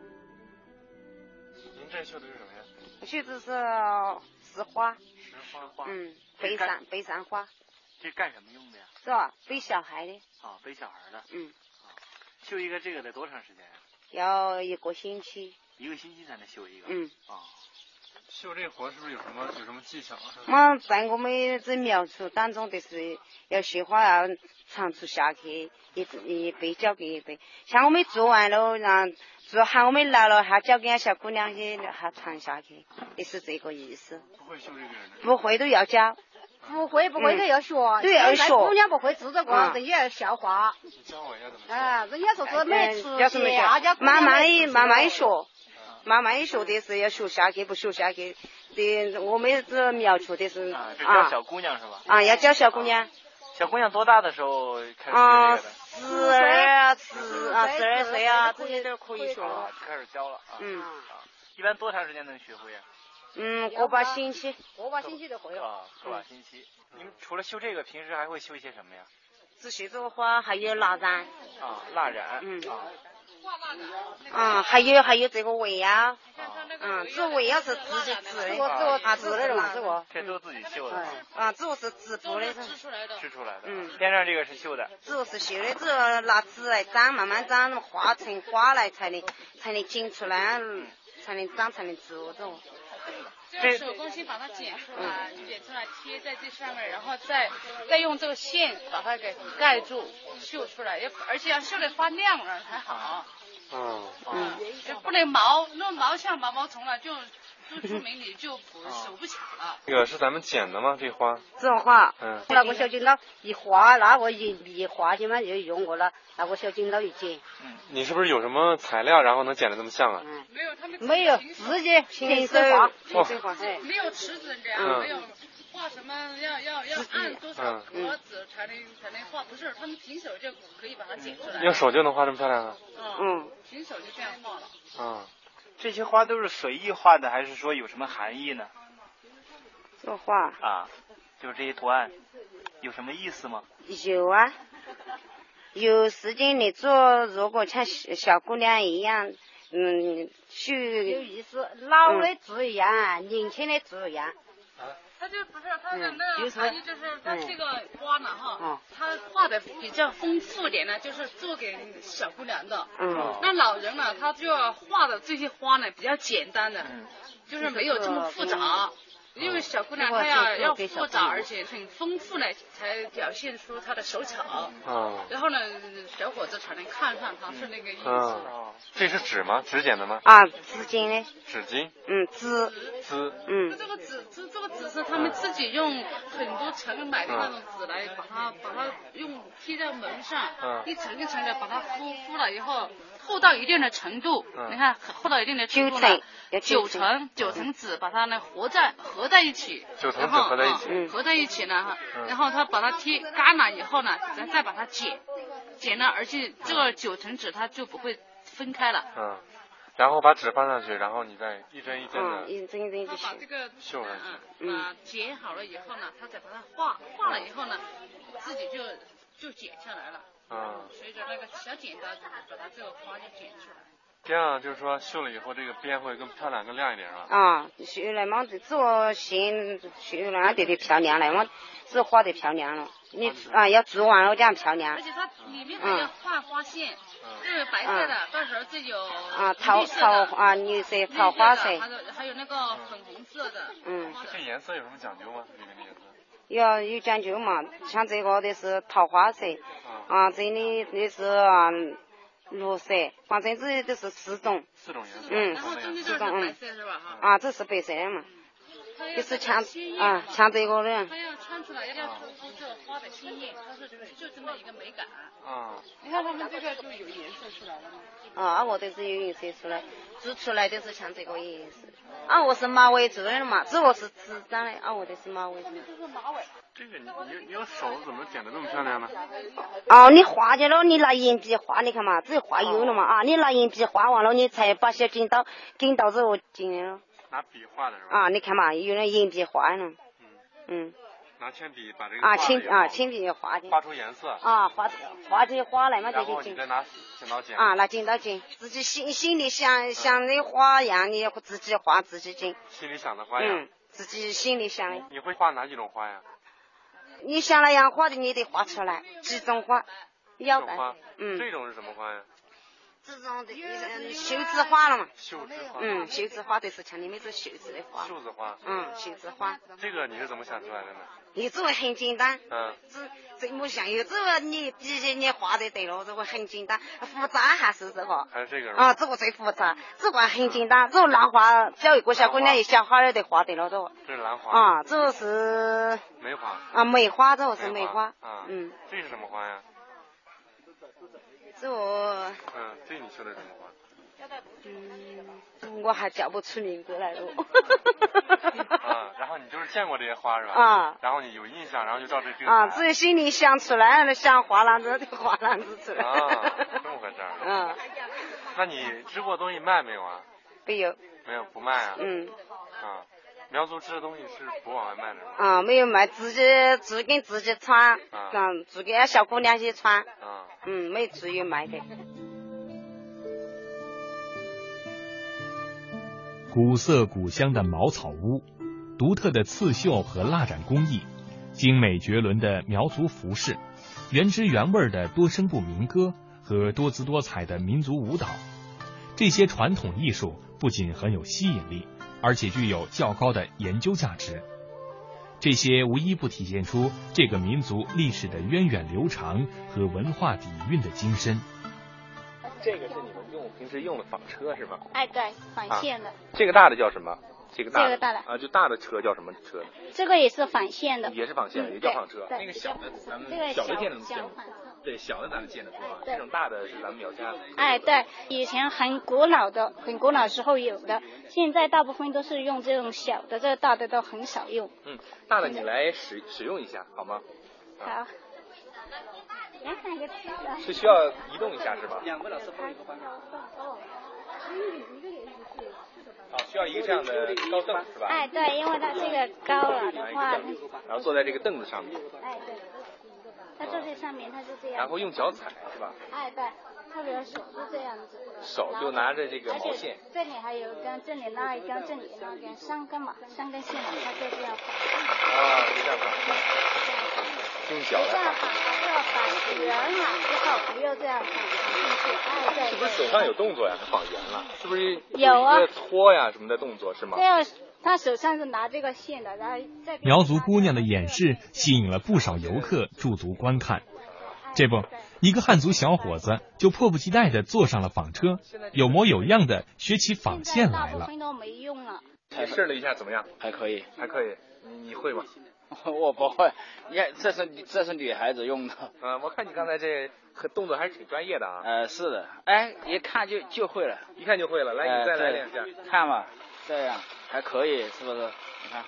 您这绣的是什么呀？ 绣的是花。 花。 北山花。 这干什么用的呀？ 是吧？背小孩的。 啊，背小孩的。绣一个这个得多长时间呀？ 要1个星期。 1个星期才能绣一个。绣这活是不是有什么技巧啊？ 在我们这苗族当中的是要绣花要长出下去，一背交给一背。像我们做完了，做喊我们来了，还交给小姑娘去，还传下去，也是这个意思。 不会绣这个人？ 不会都要教。 不会都要学。 对，要学。 姑娘不会织这个，人家要校花。 教我一下怎么？ 人家说是没吃慢慢学。慢慢学的是要学下去，不学下去的，我们这苗族的是这教小姑娘是吧？ 要教小姑娘。 小姑娘多大的时候开始学这个的 ？12岁啊，这些都可以学了。 开始教了啊。一般多长时间能学会啊？ 个把星期。 个把星期就会了。 个把星期。你们除了绣这个，平时还会绣一些什么呀？ 只绣这个花，还有蜡染。 蜡染。 还有这个围腰。这围腰是自己织的。织的嘛，这个。 这都自己绣的。 这个是织布的。 织出来的。边上这个是绣的。 这个是绣的，这个拿纸来长，慢慢长，化成花来才能剪出来，才能长，才能织这个。 就是手工先把它剪出来，贴在这上面，然后再用这个线把它给盖住，绣出来，而且要绣得发亮了才好。不能弄毛像毛毛虫了，就出名你就手不巧了。 这个是咱们剪的吗？这花？ 这花， 那个小剪刀一划，那个一划起嘛就用过了，那个小剪刀一剪。 你是不是有什么材料，然后能剪得这么像啊？ 没有，他们没有，自己亲手画。 没有尺子这样，没有画什么要按多少格子才能画，不是，他们平手就可以把它剪出来。 用手就能画这么漂亮啊？ 平手就这样画了。 这些花都是随意画的，还是说有什么含义呢？ 这花就是这些图案，有什么意思吗？ 有啊，有时间你做，如果像小姑娘一样，绣有意思，老的织一样，年轻的织一样。 它就不是它的那个含义，就是它这个花呢它画的比较丰富点呢，就是做给小姑娘的。那老人呢，他就要画的这些花呢比较简单的，就是没有这么复杂。因为小姑娘她要复杂，而且很丰富呢，才表现出她的手巧。然后呢，小伙子才能看上她，是那个意思。 这是纸吗？纸剪的吗？ 纸巾的。 纸巾。 织。 这个纸是他们自己用很多层买的那种纸来把它用贴在门上，一层一层的把它敷了以后，厚到一定的程度，你看厚到一定的程度呢，9层纸把它呢合在一起 ，9层纸合在一起， 合在一起呢，然后它把它贴干了以后呢，再把它剪了，而且这个9层纸它就不会分开了。 然后把纸放上去，然后你再一针一针的， 一针一针他把这个绣上去。 剪好了以后呢，他再把它画了以后呢，自己就剪下来了。随着那个小剪刀把它这个花就剪出来。 这样就是说绣了以后，这个边会更漂亮、更亮一点是吧？绣了嘛，这个线绣了得漂亮了嘛，这画得漂亮了。你要织完了这样漂亮。 而且它里面还要画花线，这个白色的，到时候这有绿色、桃花色， 还有那个粉红色的。 这颜色有什么讲究吗？这个颜色？ 有讲究嘛，像这个的是桃花色，这里的是绿色，反正这都是4种。 4种颜色。 然后中间就是白色是吧？ 这是白色的嘛。 就是抢这个的。 它要穿出来要突出这花的鲜艳，它是就这么一个美感。你看他们这个就有颜色出来了吗？ 我都是有颜色出来，织出来都是像这个颜色。我是马尾做的嘛，这个是纸张的，我的是马尾。 这是马尾。 这个你用手怎么剪得这么漂亮呢？ 你画去了，你拿铅笔画，你看嘛，只画有了嘛你拿铅笔画完了，你才把小剪刀之后剪的了。 拿笔画的是吧？ 你看嘛，有那铅笔画呢。 拿铅笔把这个铅笔也画画出颜色。 画这些花来嘛， 然后你再拿剪刀剪。 拿剪刀剪，自己心里想的花样，你自己画自己剪。 心里想的花样。 自己心里想的。 你会画哪几种花呀？ 你想那样画的，你得画出来。几种花？ 要花。这种是什么花呀？ 这种的绣子花了嘛？ 绣子花。 绣子花就是像你们这绣子的花。 绣子花。 绣子花。 这个你是怎么想出来的呢？ 你这个很简单。这么想有这个你毕竟你画的对了，这个很简单。复杂还是这个？ 还是这个？ 这个最复杂。这个很简单，这个兰花，教一个小姑娘一小孩儿得画对了，这个。 这是兰花。 这个是梅花。 梅花，这个是梅花。 这是什么花呀？ 这个。 这你说的什么花？ 我还叫不出名字来了。 然后你就是见过这些花是吧？然后你有印象，然后就照这个。 自己心里想出来，想画篮子就画篮子出来。 这么回事儿。那你织过东西卖没有啊？ 没有。 没有，不卖啊？苗族织的东西是不往外卖的吗？没有卖，自给自己穿，自给小姑娘去穿。没自己卖的。 古色古香的茅草屋，独特的刺绣和蜡染工艺，精美绝伦的苗族服饰，原汁原味的多声部民歌和多姿多彩的民族舞蹈，这些传统艺术不仅很有吸引力，而且具有较高的研究价值。这些无一不体现出这个民族历史的源远流长和文化底蕴的精深。 这个是你们平时用的纺车是吗？ 对，纺线的。 这个大的叫什么？这个大的就大的车叫什么车？ 这个也是纺线的。 也是纺线的，也叫纺车。那个小的咱们小的见得见，对，小的咱们见得多啊。这种大的是咱们苗家的。 对，以前很古老时候有的，现在大部分都是用这种小的，这大的都很少用。 大的你来使用一下好吗？ 好。 是需要移动一下是吧？ 两个老师抱一个需要一个这样的高凳是吧？ 对，因为它这个高了的话， 然后坐在这个凳子上面。 对，它坐在上面，它就这样。 然后用脚踩是吧？ 对，特别手是这样子。 手就拿着这个毛线。 这里还有一根，这里那一根，这里那一根，3根嘛，3根线嘛，它就这样绑。 就这样绑。用脚来绑。 这样绑，就要绑圆了之后，不要这样绑进去。 是不是手上有动作呀？绑圆了，是不是？ 有啊。 搓呀什么的动作是吗？ 这样，他手上是拿这个线的，然后再。 苗族姑娘的演示吸引了不少游客驻足观看。这不，一个汉族小伙子就迫不及待地坐上了纺车，有模有样的学起纺线来了。 大部分都没用了。 试了一下怎么样？ 还可以， 你会吗？ 我不会，你看这是女孩子用的。 我看你刚才这动作还是挺专业的啊。 是的，一看就会了， 一看就会了。来，你再来两下。 看嘛，这样还可以，是不是？你看。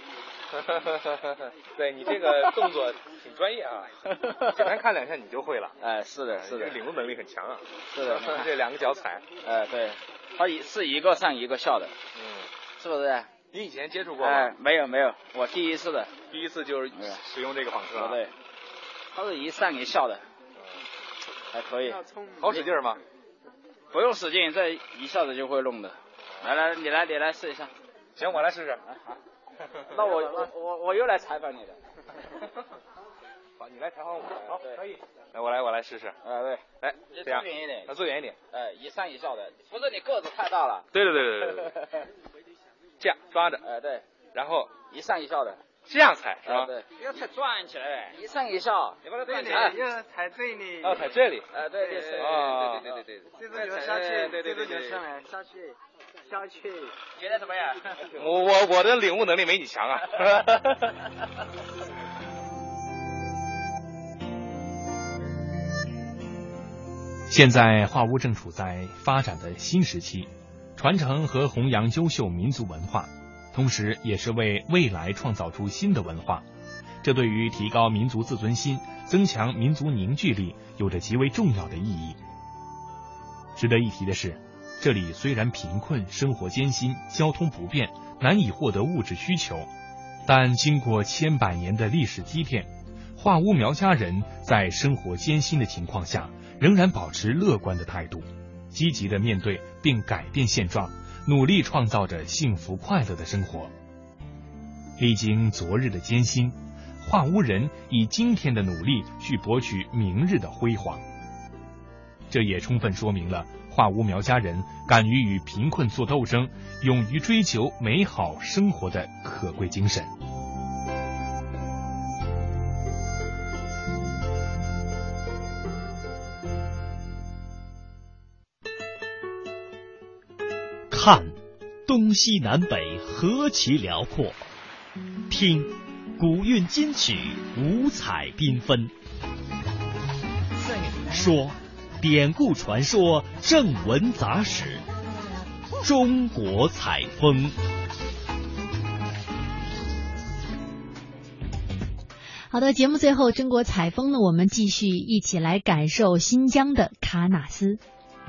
对你这个动作挺专业啊，简单看两下你就会了。 是的， 这个领悟能力很强啊。 是的， 这两个脚踩。 对，它是一个上一个下的。是不是？ 你以前接触过吗？ 没有，我第一次的。 第一次就是使用这个纺车。 对，它是一上一下的，还可以。 好使劲吗？ 不用使劲，这一下子就会弄的。来，你来试一下。 行，我来试试。 那我又来采访你了。 好，你来采访我。好，可以。来，我来试试。 对。 来，这样。 坐远一点。 坐远一点。 一上一下的，不是你个子太大了。 对。这样抓着。 对。 然后一上一下的。 这样踩是吧？ 对。要踩转起来，一上一下。 你把它转起来。 要踩这里。要踩这里。 对。 哦。 对。这个扭下去，对，这个扭上来下去。 小曲， 觉得怎么样？我的领悟能力没你强啊。 现在画屋正处在发展的新时期，传承和弘扬优秀民族文化，同时也是为未来创造出新的文化。这对于提高民族自尊心、增强民族凝聚力有着极为重要的意义。值得一提的是，这里虽然贫困、生活艰辛、交通不便，难以获得物质需求，但经过千百年的历史积淀，画屋苗家人在生活艰辛的情况下，仍然保持乐观的态度，积极的面对并改变现状，努力创造着幸福快乐的生活。历经昨日的艰辛，画屋人以今天的努力去博取明日的辉煌。这也充分说明了画屋苗家人敢于与贫困做斗争，勇于追求美好生活的可贵精神。 看，东西南北何其辽阔；听，古韵今曲五彩缤纷；说，典故传说正文杂史。中国采风。 好的，节目最后中国采风呢，我们继续一起来感受新疆的喀纳斯。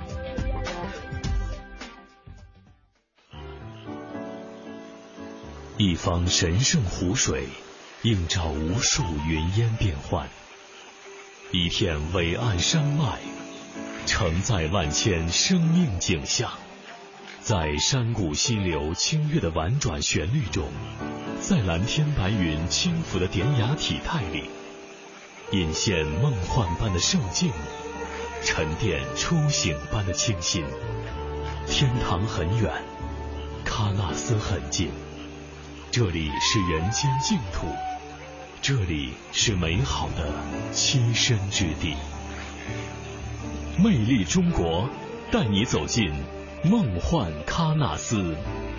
一方神圣湖水映照无数云烟变幻，一片伟岸山脉承载万千生命景象，在山谷溪流清越的婉转旋律中，在蓝天白云轻抚的典雅体态里，隐现梦幻般的圣境，沉淀初醒般的清新。天堂很远，喀纳斯很近，这里是人间净土，这里是美好的栖身之地。魅力中国，带你走进梦幻喀纳斯。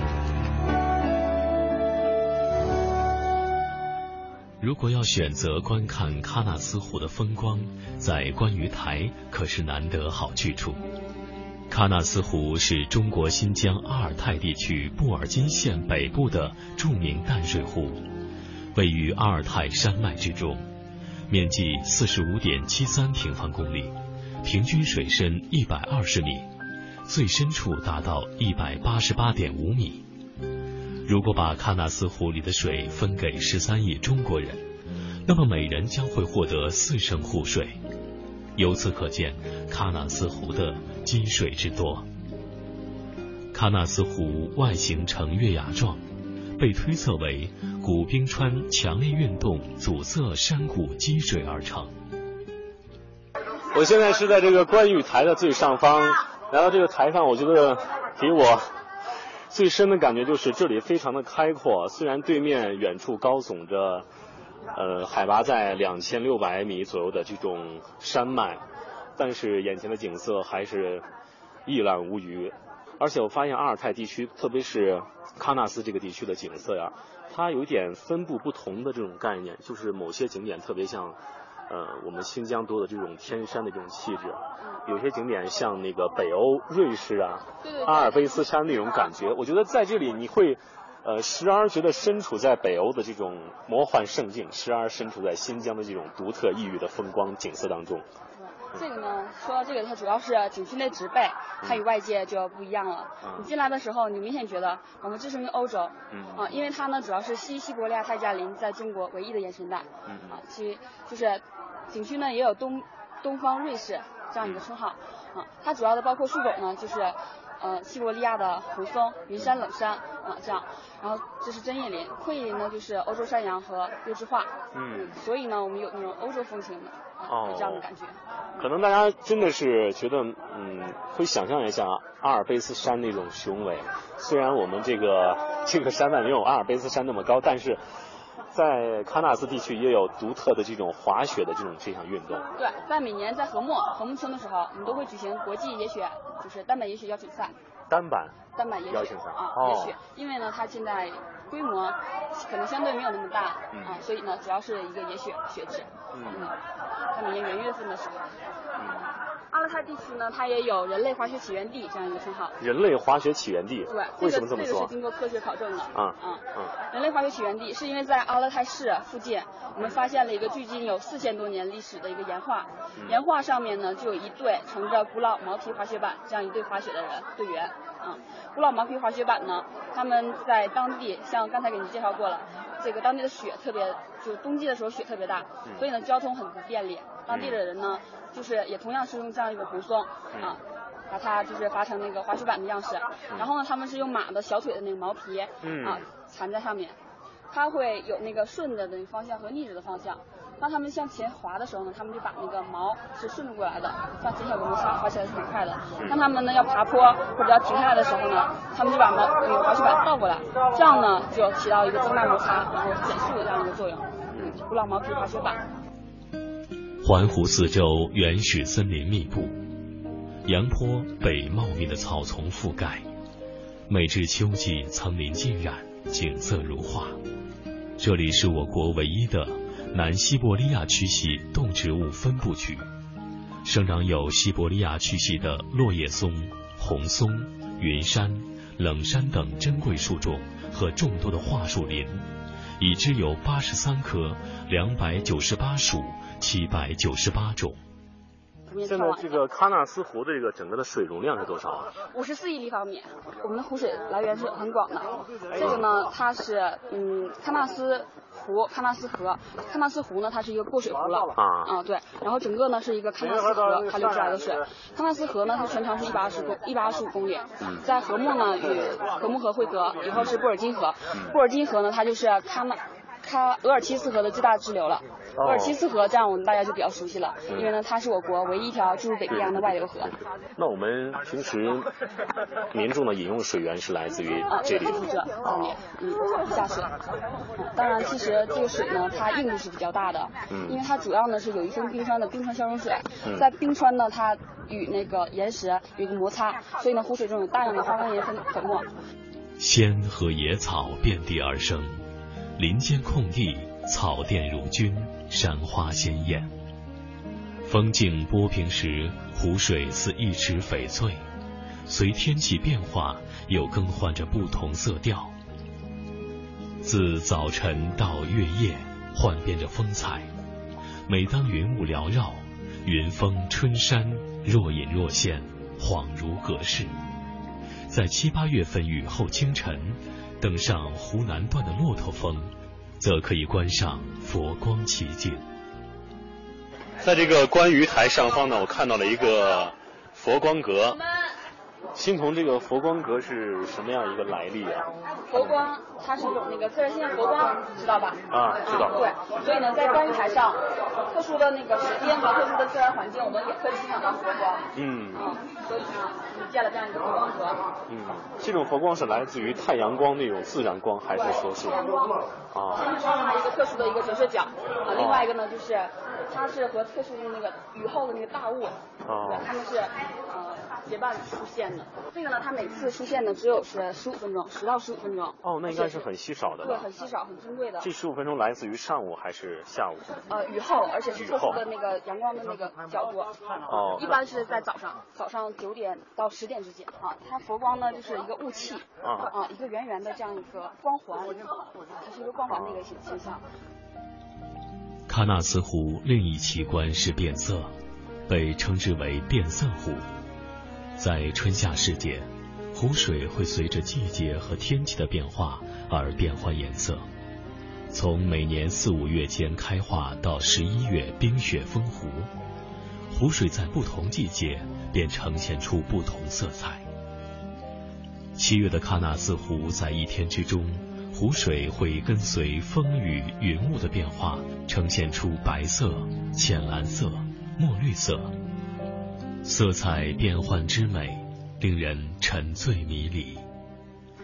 如果要选择观看喀纳斯湖的风光，在观鱼台可是难得好去处。喀纳斯湖是中国新疆阿尔泰地区布尔津县北部的著名淡水湖，位于阿尔泰山脉之中，面积45.73平方公里，平均水深120米，最深处达到188.5米。如果把喀纳斯湖里的水分给13亿中国人，那么每人将会获得4升湖水。由此可见喀纳斯湖的积水之多。喀纳斯湖外形呈月牙状，被推测为古冰川强烈运动阻塞山谷积水而成。 我现在是在这个观玉台的最上方，来到这个台上，我觉得给我最深的感觉就是这里非常的开阔，虽然对面远处高耸着海拔在2600米左右的这种山脉，但是眼前的景色还是一览无余。而且我发现阿尔泰地区，特别是喀纳斯这个地区的景色呀，它有一点分布不同的这种概念，就是某些景点特别像我们新疆多的这种天山的这种气质，有些景点像那个北欧瑞士啊，阿尔卑斯山那种感觉。我觉得在这里你会时而觉得身处在北欧的这种魔幻圣境，时而身处在新疆的这种独特异域的风光景色当中。 这个呢，说到这个，它主要是景区内植被，它与外界就不一样了。你进来的时候，你明显觉得我们置身于欧洲，因为它呢主要是西伯利亚泰加林在中国唯一的延伸带，其就是景区呢也有东方瑞士这样一个称号，它主要的包括树种呢就是西伯利亚的红松、云杉、冷杉这样，然后这是针叶林，阔叶林呢就是欧洲山羊和优质化，所以呢我们有那种欧洲风情的这样的感觉。 可能大家真的是觉得会想象一下阿尔卑斯山那种雄伟，虽然我们这个山脉没有阿尔卑斯山那么高，但是在喀纳斯地区也有独特的这种滑雪的这项运动。 对，在每年在禾木村的时候，我们都会举行国际野雪，就是单板野雪邀请赛。 单板野雪野雪，因为呢它现在规模可能相对没有那么大所以呢主要是一个野雪质。它每年元月份的时候。阿勒泰地区呢，它也有人类滑雪起源地这样一个称号。 人类滑雪起源地， 对， 为什么这么说？ 这个是经过科学考证的。人类滑雪起源地是因为在阿勒泰市附近，我们发现了一个距今有4000多年历史的一个岩画，岩画上面呢就有一对乘着古老毛皮滑雪板这样一对滑雪的队员。古老毛皮滑雪板呢，他们在当地，像刚才给您介绍过了，这个当地的雪特别，就冬季的时候雪特别大，所以呢交通很不便利。当地的人呢，就是也同样是用这样一个红松把它就是发成那个滑雪板的样式，然后呢他们是用马的小腿的那个毛皮缠在上面，它会有那个顺着的方向和逆着的方向。当他们向前滑的时候呢，他们就把那个毛是顺着过来的，像减小个摩擦，滑起来是很快的。当他们呢要爬坡或者要停下来的时候呢，他们就把那个滑雪板倒过来，这样呢就起到一个增大摩擦然后减速的这样一个作用。古老毛皮滑雪板。 环湖四周原始森林密布，阳坡被茂密的草丛覆盖，每至秋季层林尽染，景色如画。这里是我国唯一的南西伯利亚区系动植物分布区，生长有西伯利亚区系的落叶松、红松、云杉、冷杉等珍贵树种和众多的桦树林，已知有83科、298属、798种。 现在这个喀纳斯湖的这个整个的水容量是多少 ？54亿立方米。我们的湖水来源是很广的。这个呢，它是喀纳斯湖、喀纳斯河。喀纳斯湖呢，它是一个过水湖了对。然后整个呢是一个喀纳斯河，它流出来的水。喀纳斯河呢，它全长是125公里，在河木呢与禾木河汇合以后是布尔津河。布尔津河呢，它就是额尔齐斯河的最大支流了。额尔齐斯河这样我们大家就比较熟悉了，因为呢它是我国唯一一条注入北冰洋的外流河。 那我们平时民众的饮用水源是来自于这里地下水。当然其实这个水呢它硬度是比较大的，因为它主要呢是有一层冰川的冰川消融水，在冰川呢它与那个岩石有一个摩擦，所以呢湖水中有大量的花岗岩粉末。 鲜和野草遍地而生，林间空地草甸如菌，山花鲜艳。风静波平时，湖水似一池翡翠，随天气变化又更换着不同色调。自早晨到月夜，换变着风采。每当云雾缭绕，云峰春山若隐若现，恍如隔世。在7、8月份雨后清晨，登上湖南段的骆驼峰，则可以观赏佛光奇景。 在这个观鱼台上方呢，我看到了一个佛光阁。欣桐，这个佛光阁是什么样一个来历啊？ 佛光它是有那个自然现象佛光，知道吧？ 知道。 对，所以呢，在观鱼台上，特殊的那个时间和特殊的自然环境，我们也可以欣赏到佛光。所以呢，建了这样一个佛光阁。 这种佛光是来自于太阳光那种自然光，还是说是？ 太阳光。它是上面一个特殊的一个折射角另外一个呢就是它是和特殊的那个雨后的那个大雾，它们是结伴出现的。这个呢，它每次出现呢只有是15分钟，10到15分钟。 那应该是很稀少的。 对，很稀少，很珍贵的。 这15分钟来自于上午还是下午？ 雨后，而且是特殊的那个阳光的那个角度。一般是在早上9点到10点之间它佛光呢就是一个雾气一个圆圆的这样一个光环，它是一个光环的一个形象。 喀纳斯湖另一奇观是变色，被称之为变色湖。在春夏时节，湖水会随着季节和天气的变化而变换颜色。从每年4、5月间开化到11月冰雪封湖，湖水在不同季节便呈现出不同色彩。7月的喀纳斯湖在一天之中，湖水会跟随风雨云雾的变化，呈现出白色、浅蓝色、墨绿色，色彩变幻之美，令人沉醉迷离。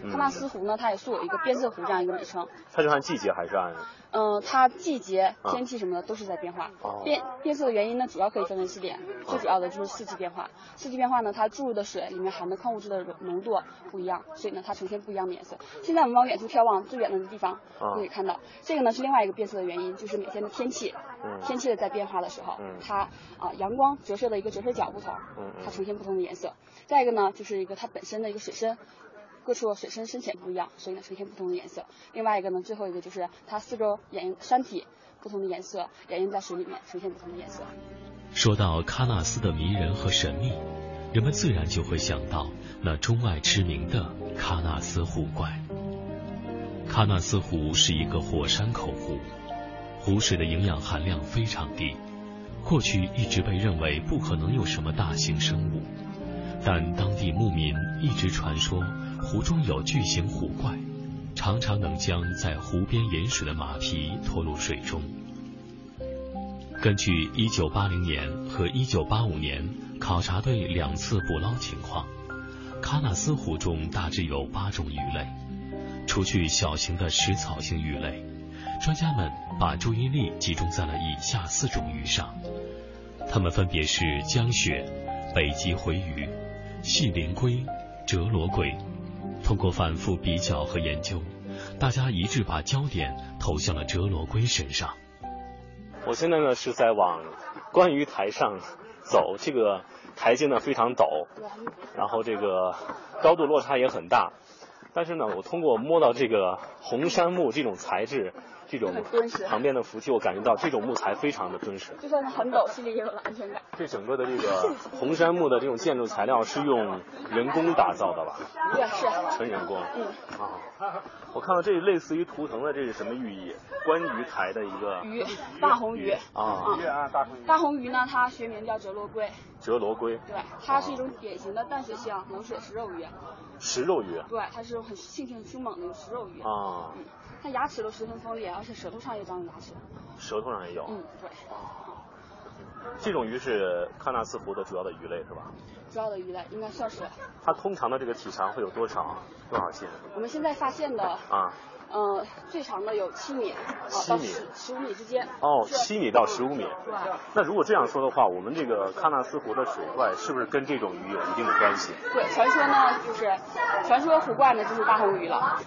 喀纳斯湖呢，它也是有一个变色湖这样一个美称。 它是按季节还是按？ 它季节、天气什么的都是在变化。变色的原因呢，主要可以分为4点，最主要的就是四季变化。四季变化呢，它注入的水里面含的矿物质的浓度不一样，所以呢，它呈现不一样的颜色。现在我们往远处眺望，最远的地方可以看到，这个呢是另外一个变色的原因，就是每天的天气，天气的在变化的时候，它阳光折射的一个折射角不同，它呈现不同的颜色。再一个呢，就是一个它本身的一个水深。各处水深深浅不一样，所以呢呈现不同的颜色。另外一个呢，最后一个就是它四周山体不同的颜色掩映在水里面，呈现不同的颜色。 说到喀纳斯的迷人和神秘，人们自然就会想到那中外知名的喀纳斯湖怪。喀纳斯湖是一个火山口湖，湖水的营养含量非常低，过去一直被认为不可能有什么大型生物，但当地牧民一直传说湖中有巨型湖怪，常常能将在湖边饮水的马匹拖入水中。根据1980年和1985年考察队2次捕捞情况，喀纳斯湖中大致有8种鱼类。除去小型的食草性鱼类，专家们把注意力集中在了以下4种鱼上，它们分别是江雪、北极回鱼、细鳞龟、折罗龟。通过反复比较和研究，大家一致把焦点投向了折罗龟身上。 我现在呢是在往观鱼台上走，这个台阶呢非常陡，然后这个高度落差也很大，但是呢我通过摸到这个红杉木这种材质，这种旁边的浮器，我感觉到这种木材非常的敦实， 就算是很陡，心里也有了安全感。 这整个的这个红杉木的这种建筑材料是用人工打造的吧？ 对，是纯人工。我看到这类似于图腾的，这是什么寓意？观鱼台的一个鱼，大红鱼大红鱼呢，它学名叫折罗龟。 折罗龟。 对，它是一种典型的淡水性冷水食肉鱼。 食肉鱼。 对，它是很性情凶猛的食肉鱼。它牙齿都十分锋利，而且舌头上也长有牙齿。 舌头上也有。 对。 这种鱼是喀纳斯湖的主要的鱼类是吧？ 主要的鱼类应该算是。 它通常的这个体长会有多少斤？ 我们现在发现的最长的有7米到15米之间。 7米到15米。那如果这样说的话，我们这个喀纳斯湖的水怪是不是跟这种鱼有一定的关系？ 对，传说湖怪呢就是大红鱼了。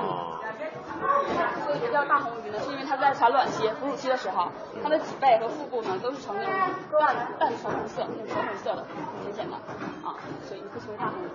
所以叫大红鱼呢，是因为它在产卵期、哺乳期的时候，它的脊背和腹部呢都是呈那种淡橙红色，那种橙红色的，浅浅的所以被称为大红鱼。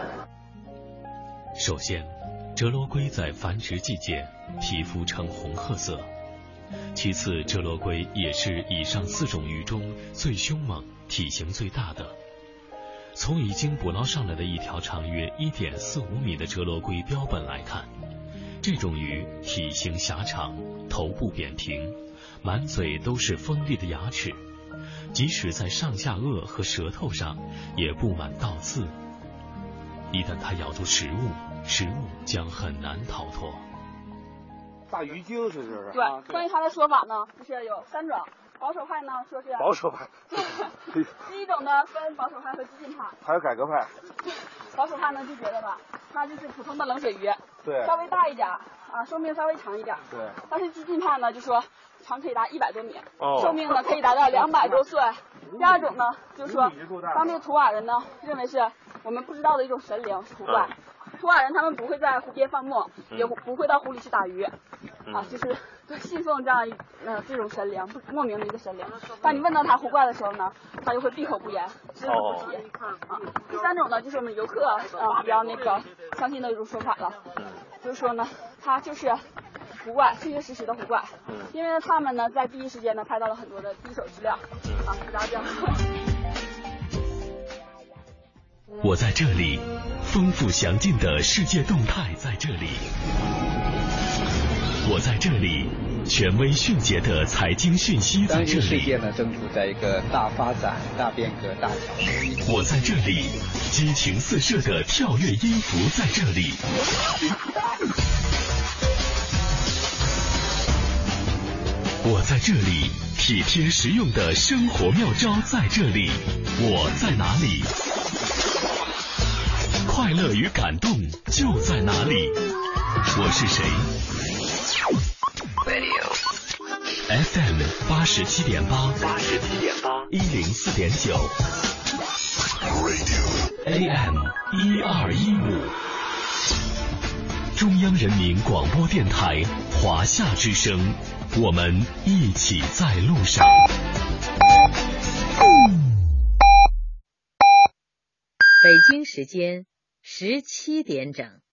首先，折罗龟在繁殖季节皮肤呈红褐色。其次，折罗龟也是以上4种鱼中最凶猛、体型最大的。从已经捕捞上来的一条长约1.45米的折罗龟标本来看，这种鱼体型狭长，头部扁平，满嘴都是锋利的牙齿，即使在上下颚和舌头上也布满倒刺。一旦它咬住食物将很难逃脱。 大鱼精是不是？ 对，关于它的说法呢，就是有3种。保守派呢说是保守派。 第一种呢分保守派和激进派， 还有改革派。 保守派呢就觉得吧，它就是普通的冷水鱼， 对， 稍微大一点寿命稍微长一点， 对。 但是激进派呢就说长可以达100多米，寿命呢可以达到200多岁。第二种呢就是说，当地图瓦人呢认为是我们不知道的一种神灵，是湖怪。图瓦人他们不会在湖边放牧，也不会到湖里去打鱼，就是信奉这样这种神灵，莫名的一个神灵。当你问到他湖怪的时候呢，他就会闭口不言，只字不提。第3种呢，就是我们游客比较相信的一种说法了，就是说呢，他就是湖怪，确确实实的湖怪，因为他们呢在第一时间呢拍到了很多的第一手资料，给大家这样。 我在这里，丰富详尽的世界动态在这里。我在这里，权威迅捷的财经讯息在这里。 世界呢正处在一个大发展、大变革、大挑战。 我在这里，激情四射的跳跃音符在这里。我在这里，体贴实用的生活妙招在这里。我在哪里？ 快乐与感动就在哪里？我是谁 ？FM 87.8，104.9 ，AM 1215，中央人民广播电台华夏之声，我们一起在路上。 北京时间17点整。